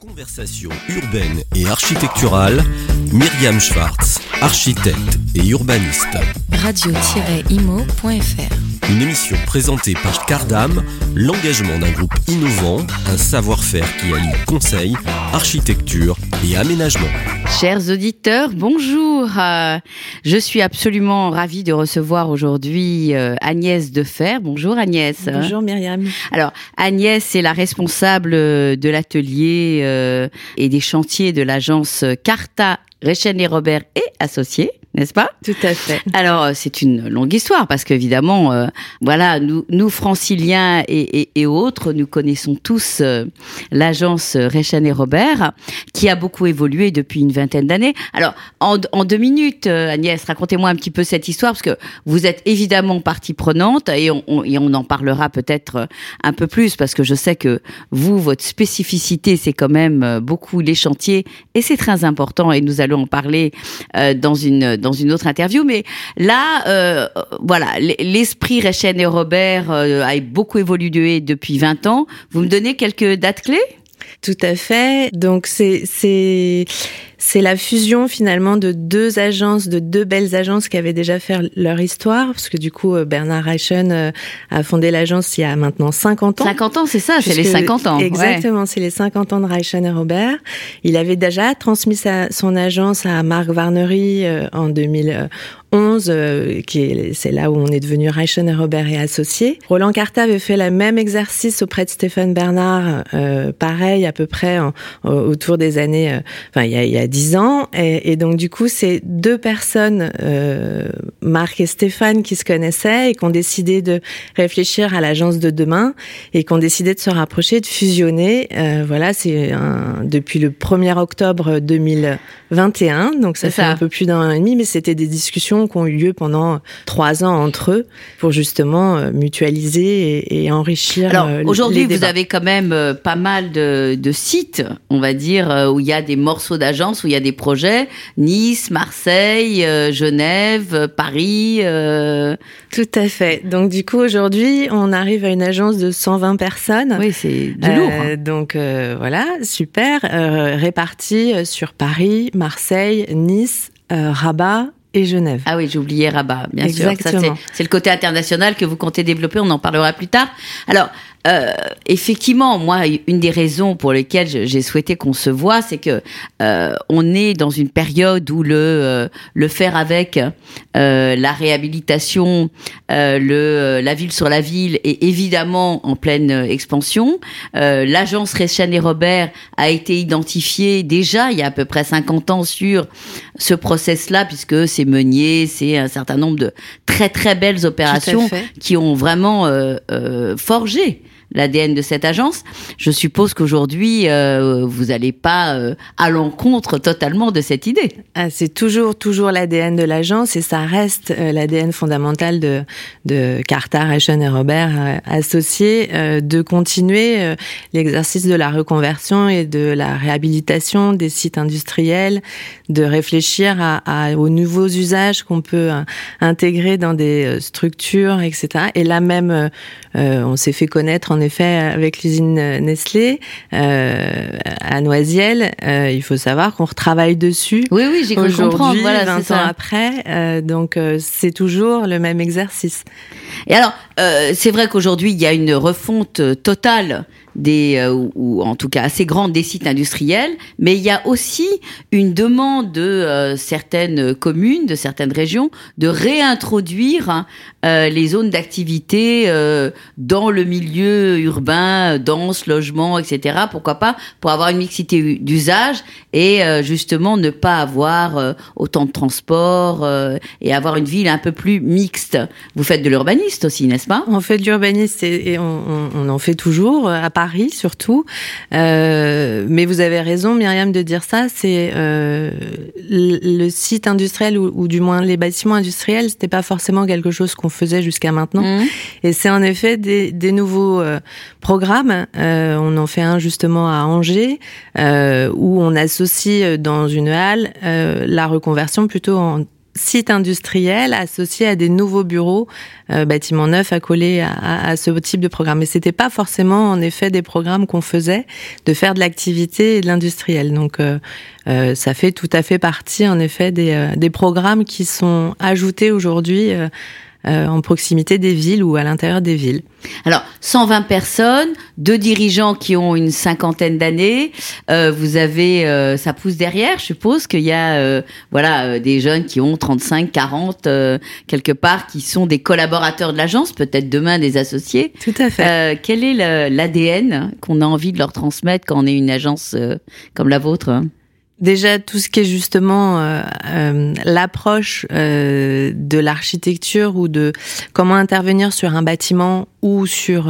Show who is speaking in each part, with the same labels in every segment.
Speaker 1: Conversation urbaine et architecturale, Myriam Schwartz, architecte et urbaniste.
Speaker 2: Radio-imo.fr.
Speaker 1: Une émission présentée par Cardam, l'engagement d'un groupe innovant, un savoir-faire qui allie conseil, architecture et aménagement.
Speaker 3: Chers auditeurs, bonjour. Je suis absolument ravie de recevoir aujourd'hui Agnès Defer. Bonjour Agnès.
Speaker 4: Bonjour Myriam.
Speaker 3: Alors Agnès est la responsable de l'atelier et des chantiers de l'agence Carta, Rechen & Robert et Associés, n'est-ce pas ?
Speaker 4: Tout à fait.
Speaker 3: Alors, c'est une longue histoire parce qu'évidemment, voilà, nous franciliens et autres, nous connaissons tous l'agence Rechen & Robert qui a beaucoup évolué depuis une vingtaine d'années. Alors, en 2 minutes, Agnès, racontez-moi un petit peu cette histoire parce que vous êtes évidemment partie prenante et on en parlera peut-être un peu plus parce que je sais que vous, votre spécificité, c'est quand même beaucoup les chantiers et c'est très important et nous allons en parler dans une autre interview, mais là, voilà, l'esprit Rechen & Robert a beaucoup évolué depuis 20 ans. Vous me donnez quelques dates clés ?
Speaker 4: Tout à fait. Donc c'est la fusion finalement de deux belles agences qui avaient déjà fait leur histoire, parce que du coup Bernard Rechen a fondé l'agence il y a maintenant 50 ans.
Speaker 3: 50 ans, c'est ça, c'est les 50 ans.
Speaker 4: Exactement,
Speaker 3: ouais.
Speaker 4: C'est les 50 ans de Rechen & Robert. Il avait déjà transmis son agence à Marc Warnery en 2011, c'est là où on est devenu Rechen & Robert et Associés. Roland Carta avait fait le même exercice auprès de Stéphane Bernard, pareil à peu près autour des années, il y a 10 ans. Et donc du coup, c'est deux personnes, Marc et Stéphane, qui se connaissaient et qui ont décidé de réfléchir à l'agence de demain et qui ont décidé de se rapprocher, de fusionner. Voilà, depuis le 1er octobre 2021, donc ça fait un peu plus d'1 an et demi, mais c'était des discussions qui ont eu lieu pendant 3 ans entre eux pour justement mutualiser et enrichir.
Speaker 3: Alors aujourd'hui,
Speaker 4: les
Speaker 3: vous avez quand même pas mal de sites, on va dire, où il y a des morceaux d'agence, où il y a des projets, Nice, Marseille, Genève, Paris.
Speaker 4: Tout à fait. Donc du coup, aujourd'hui, on arrive à une agence de 120 personnes.
Speaker 3: Oui, c'est du lourd.
Speaker 4: Donc voilà, super, répartis sur Paris, Marseille, Nice, Rabat et Genève.
Speaker 3: Ah oui, j'ai oublié Rabat, bien
Speaker 4: Exactement.
Speaker 3: sûr. Ça, c'est le côté international que vous comptez développer, on en parlera plus tard. Alors, effectivement, moi, une des raisons pour lesquelles j'ai souhaité qu'on se voit, c'est que on est dans une période où le faire avec la réhabilitation, la ville sur la ville est évidemment en pleine expansion. L'agence Rechen & Robert a été identifiée déjà il y a à peu près 50 ans sur ce process-là, puisque c'est Meunier, c'est un certain nombre de très très belles opérations qui ont vraiment forgé l'ADN de cette agence. Je suppose qu'aujourd'hui, vous n'allez pas à l'encontre totalement de cette idée.
Speaker 4: Ah, c'est toujours l'ADN de l'agence et ça reste l'ADN fondamental de Carta, Rechen & Robert associés, de continuer l'exercice de la reconversion et de la réhabilitation des sites industriels, de réfléchir aux nouveaux usages qu'on peut intégrer dans des structures, etc. Et là même, on s'est fait connaître en effet avec l'usine Nestlé à Noisiel. Il faut savoir qu'on retravaille dessus.
Speaker 3: Oui, j'ai cru comprendre. Voilà,
Speaker 4: 20 ans après. Donc c'est toujours le même exercice.
Speaker 3: Et alors, c'est vrai qu'aujourd'hui, il y a une refonte totale ou en tout cas assez grande des sites industriels, mais il y a aussi une demande de certaines communes, de certaines régions, de réintroduire les zones d'activité dans le milieu urbain, dense, logement, etc. Pourquoi pas, pour avoir une mixité d'usage et justement ne pas avoir autant de transport et avoir une ville un peu plus mixte. Vous faites de l'urbaniste aussi, n'est-ce pas ?
Speaker 4: On fait de l'urbaniste et on en fait toujours, à Paris surtout. Mais vous avez raison, Myriam, de dire ça. C'est le site industriel ou du moins les bâtiments industriels, c'était pas forcément quelque chose qu'on faisait jusqu'à maintenant. Et c'est en effet des nouveaux programmes. On en fait un justement à Angers où on associe dans une halle la reconversion plutôt en sites industriels associés à des nouveaux bureaux, bâtiments neufs accolés à ce type de programme. Mais c'était pas forcément, en effet, des programmes qu'on faisait, de faire de l'activité et de l'industriel. Donc, ça fait tout à fait partie, en effet, des programmes qui sont ajoutés aujourd'hui en proximité des villes ou à l'intérieur des villes.
Speaker 3: Alors, 120 personnes, 2 dirigeants qui ont une 50aine d'années. Vous avez, ça pousse derrière, je suppose qu'il y a, des jeunes qui ont 35, 40, quelque part, qui sont des collaborateurs de l'agence, peut-être demain des associés.
Speaker 4: Tout à fait.
Speaker 3: Quel est l'ADN qu'on a envie de leur transmettre quand on est une agence comme la vôtre, hein?
Speaker 4: Déjà, tout ce qui est justement l'approche de l'architecture ou de comment intervenir sur un bâtiment ou sur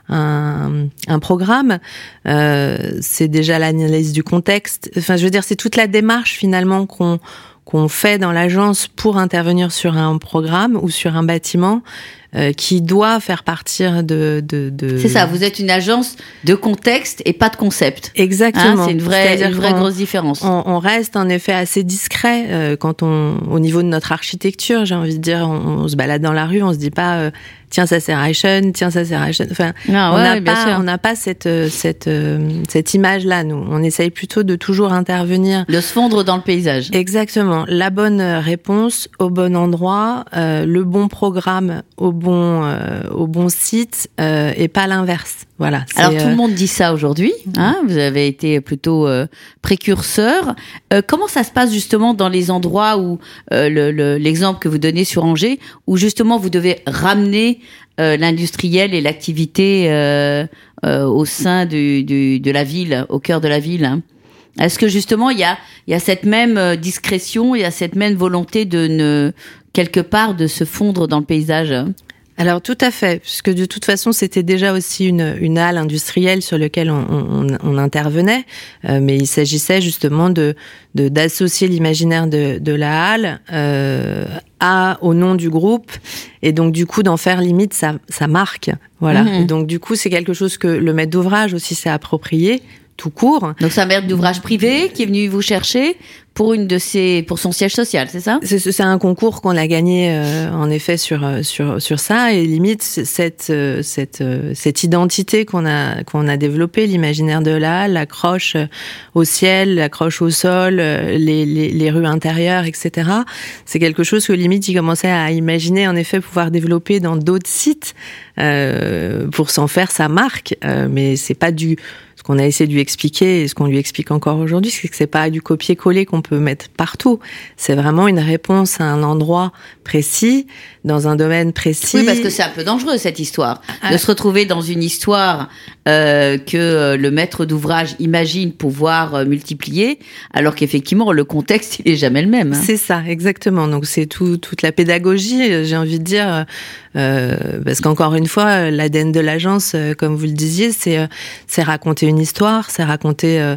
Speaker 4: un programme, c'est déjà l'analyse du contexte. Enfin, je veux dire, c'est toute la démarche finalement qu'on fait dans l'agence pour intervenir sur un programme ou sur un bâtiment qui doit faire partir de...
Speaker 3: C'est ça, vous êtes une agence de contexte et pas de concept.
Speaker 4: Exactement.
Speaker 3: Hein, c'est une vraie grosse différence.
Speaker 4: On reste en effet assez discret au niveau de notre architecture, j'ai envie de dire, on se balade dans la rue, on se dit pas... tiens, ça c'est Reichen, tiens, ça c'est Reichen. Enfin, on n'a pas cette image-là, nous. On essaye plutôt de toujours intervenir.
Speaker 3: De se fondre dans le paysage.
Speaker 4: Exactement. La bonne réponse au bon endroit, le bon programme au bon site, et pas l'inverse. Voilà.
Speaker 3: Alors tout le monde dit ça aujourd'hui, hein. Vous avez été plutôt précurseur. Comment ça se passe justement dans les endroits où l'exemple que vous donnez sur Angers, où justement vous devez ramener l'industriel et l'activité au sein de la ville, au cœur de la ville, hein. Est-ce que justement il y a cette même discrétion, il y a cette même volonté quelque part de se fondre dans le paysage, hein?
Speaker 4: Alors tout à fait, puisque de toute façon c'était déjà aussi une halle industrielle sur laquelle on intervenait, mais il s'agissait justement d'associer l'imaginaire de la halle au nom du groupe, et donc du coup d'en faire limite sa marque, voilà. Et donc du coup c'est quelque chose que le maître d'ouvrage aussi s'est approprié tout court. Donc
Speaker 3: c'est un maître d'ouvrage privé qui est venu vous chercher pour son siège social, c'est ça?
Speaker 4: C'est un concours qu'on a gagné en effet sur ça, et limite cette identité qu'on a développée, l'imaginaire de l'accroche au ciel, l'accroche au sol, les rues intérieures, etc. C'est quelque chose que limite il commençait à imaginer en effet pouvoir développer dans d'autres sites pour s'en faire sa marque, mais c'est pas ce qu'on a essayé de lui expliquer, et ce qu'on lui explique encore aujourd'hui, c'est que c'est pas du copier-coller qu'on peut mettre partout. C'est vraiment une réponse à un endroit précis, dans un domaine précis.
Speaker 3: Oui, parce que c'est un peu dangereux, cette histoire. De se retrouver dans une histoire que le maître d'ouvrage imagine pouvoir multiplier, alors qu'effectivement, le contexte, il est jamais le même, hein.
Speaker 4: C'est ça, exactement. Donc, c'est toute la pédagogie, j'ai envie de dire, parce qu'encore une fois, l'ADN de l'agence, comme vous le disiez, c'est raconter une histoire, c'est raconter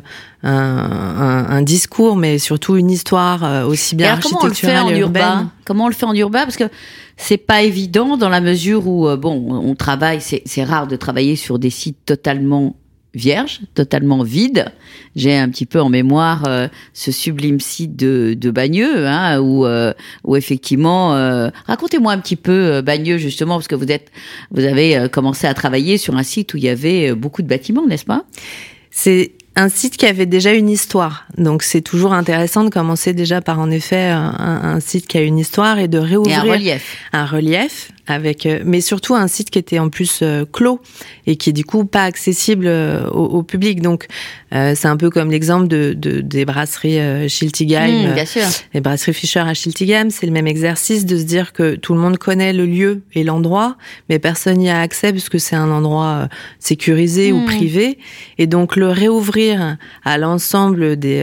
Speaker 4: un discours, mais surtout une histoire aussi bien architecturale et urbaine.
Speaker 3: Comment on le fait en urbain? Parce que c'est pas évident dans la mesure où, on travaille, c'est rare de travailler sur des sites totalement vierges, totalement vides. J'ai un petit peu en mémoire ce sublime site de Bagneux, hein, où effectivement, racontez-moi un petit peu Bagneux justement, parce que vous avez commencé à travailler sur un site où il y avait beaucoup de bâtiments, n'est-ce pas?
Speaker 4: C'est un site qui avait déjà une histoire. Donc, c'est toujours intéressant de commencer déjà par, en effet, un site qui a une histoire et de réouvrir un relief avec, mais surtout un site qui était en plus clos et qui est du coup pas accessible au public. Donc, c'est un peu comme l'exemple des brasseries Schiltigheim,
Speaker 3: bien sûr.
Speaker 4: Les brasseries Fischer à Schiltigheim. C'est le même exercice de se dire que tout le monde connaît le lieu et l'endroit, mais personne n'y a accès puisque c'est un endroit sécurisé ou privé. Et donc, le réouvrir à l'ensemble des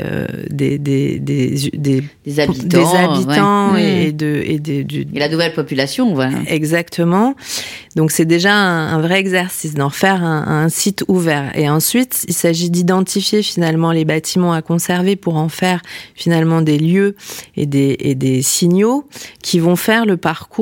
Speaker 4: habitants
Speaker 3: et la nouvelle population, voilà.
Speaker 4: Exactement. Donc c'est déjà un vrai exercice d'en faire un site ouvert. Et ensuite, il s'agit d'identifier finalement les bâtiments à conserver pour en faire finalement des lieux et des signaux qui vont faire le parcours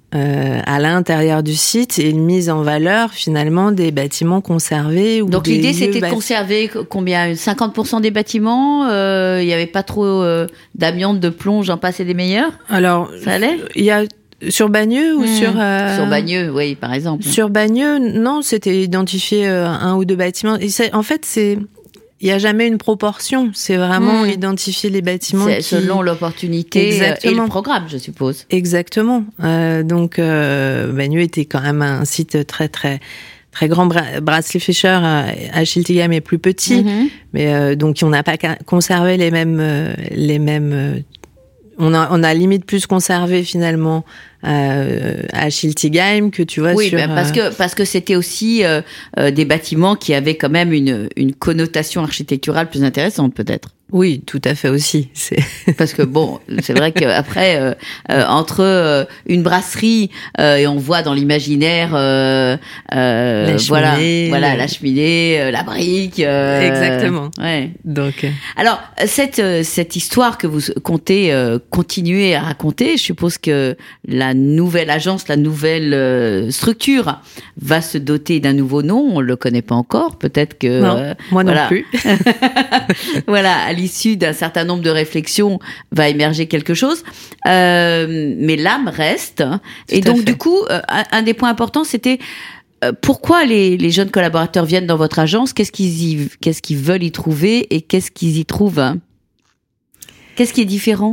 Speaker 4: à l'intérieur du site et une mise en valeur finalement des bâtiments conservés.
Speaker 3: Donc l'idée c'était de conserver combien 50% des bâtiments. Il n'y avait pas trop d'amiante, de plomb, j'en passe et des meilleurs.
Speaker 4: Alors ça allait. Il y a sur Bagneux ou sur
Speaker 3: Bagneux, oui, par exemple.
Speaker 4: Sur Bagneux, non, c'était identifier un ou deux bâtiments. Et en fait, il n'y a jamais une proportion, c'est vraiment identifier les bâtiments.
Speaker 3: C'est selon l'opportunité et le programme, je suppose.
Speaker 4: Exactement. Donc, Bagneux était quand même un site très, très, très grand. Bradley Fisher à Schiltigheim est plus petit, mais donc on n'a pas conservé les mêmes. On a limite plus conservé finalement à Schiltigheim que tu vois
Speaker 3: oui,
Speaker 4: sur...
Speaker 3: parce que c'était aussi des bâtiments qui avaient quand même une connotation architecturale plus intéressante peut-être.
Speaker 4: Oui, tout à fait aussi.
Speaker 3: Parce que bon, c'est vrai qu'après, entre une brasserie et on voit dans l'imaginaire, la cheminée, la brique.
Speaker 4: Exactement.
Speaker 3: Ouais.
Speaker 4: Donc.
Speaker 3: Alors cette histoire que vous comptez continuer à raconter, je suppose que la nouvelle agence, la nouvelle structure va se doter d'un nouveau nom. On le connaît pas encore. Peut-être que
Speaker 4: non, moi non plus.
Speaker 3: Voilà. À l'issue d'un certain nombre de réflexions, va émerger quelque chose. Mais l'âme reste. Et donc, du coup, un des points importants, c'était pourquoi les jeunes collaborateurs viennent dans votre agence, qu'est-ce qu'ils veulent y trouver et qu'est-ce qu'ils y trouvent, hein? Qu'est-ce qui est différent?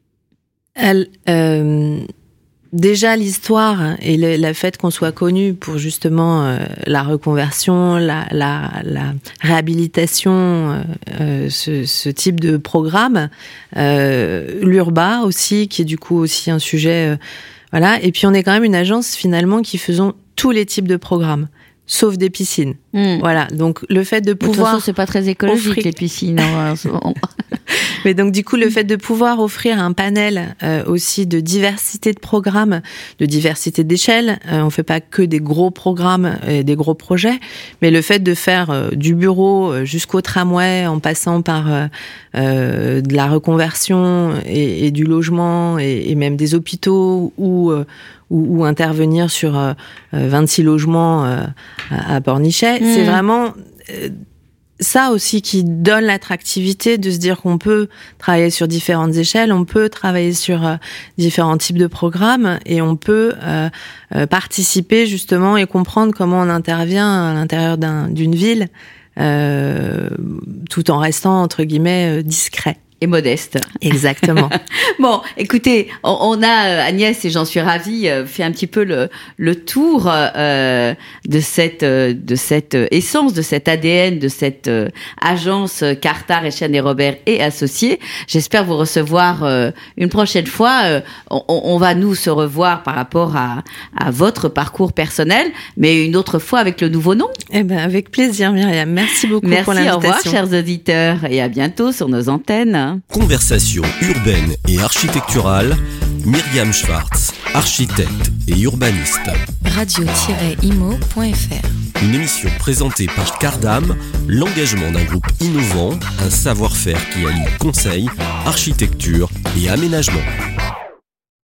Speaker 4: Déjà, l'histoire et le fait qu'on soit connu pour justement la reconversion, la réhabilitation, ce type de programme, l'urba aussi, qui est du coup aussi un sujet, voilà. Et puis on est quand même une agence finalement qui faisons tous les types de programmes, sauf des piscines. Voilà. Donc le fait de pouvoir,
Speaker 3: de toute façon, c'est pas très écologique les piscines en ce moment.
Speaker 4: Mais donc du coup, le fait de pouvoir offrir un panel aussi de diversité de programmes, de diversité d'échelles, on fait pas que des gros programmes et des gros projets, mais le fait de faire du bureau jusqu'au tramway, en passant par de la reconversion et du logement et même des hôpitaux ou intervenir sur 26 logements à Pornichet, c'est vraiment ça aussi qui donne l'attractivité de se dire qu'on peut travailler sur différentes échelles, on peut travailler sur différents types de programmes et on peut participer justement et comprendre comment on intervient à l'intérieur d'une ville tout en restant entre guillemets discret.
Speaker 3: Et modeste.
Speaker 4: Exactement.
Speaker 3: Bon, écoutez, on a, Agnès, et j'en suis ravie, fait un petit peu le tour de cette essence, de cet ADN, de cette agence Cartard, Echenne et Robert et Associés. J'espère vous recevoir une prochaine fois. On va nous se revoir par rapport à votre parcours personnel, mais une autre fois avec le nouveau nom.
Speaker 4: Eh ben, avec plaisir, Myriam. Merci beaucoup pour l'invitation.
Speaker 3: Merci, au revoir, chers auditeurs, et à bientôt sur nos antennes.
Speaker 1: Conversation urbaine et architecturale, Myriam Schwartz, architecte et urbaniste.
Speaker 2: Radio-imo.fr.
Speaker 1: Une émission présentée par Cardam, l'engagement d'un groupe innovant, un savoir-faire qui allie conseil, architecture et aménagement.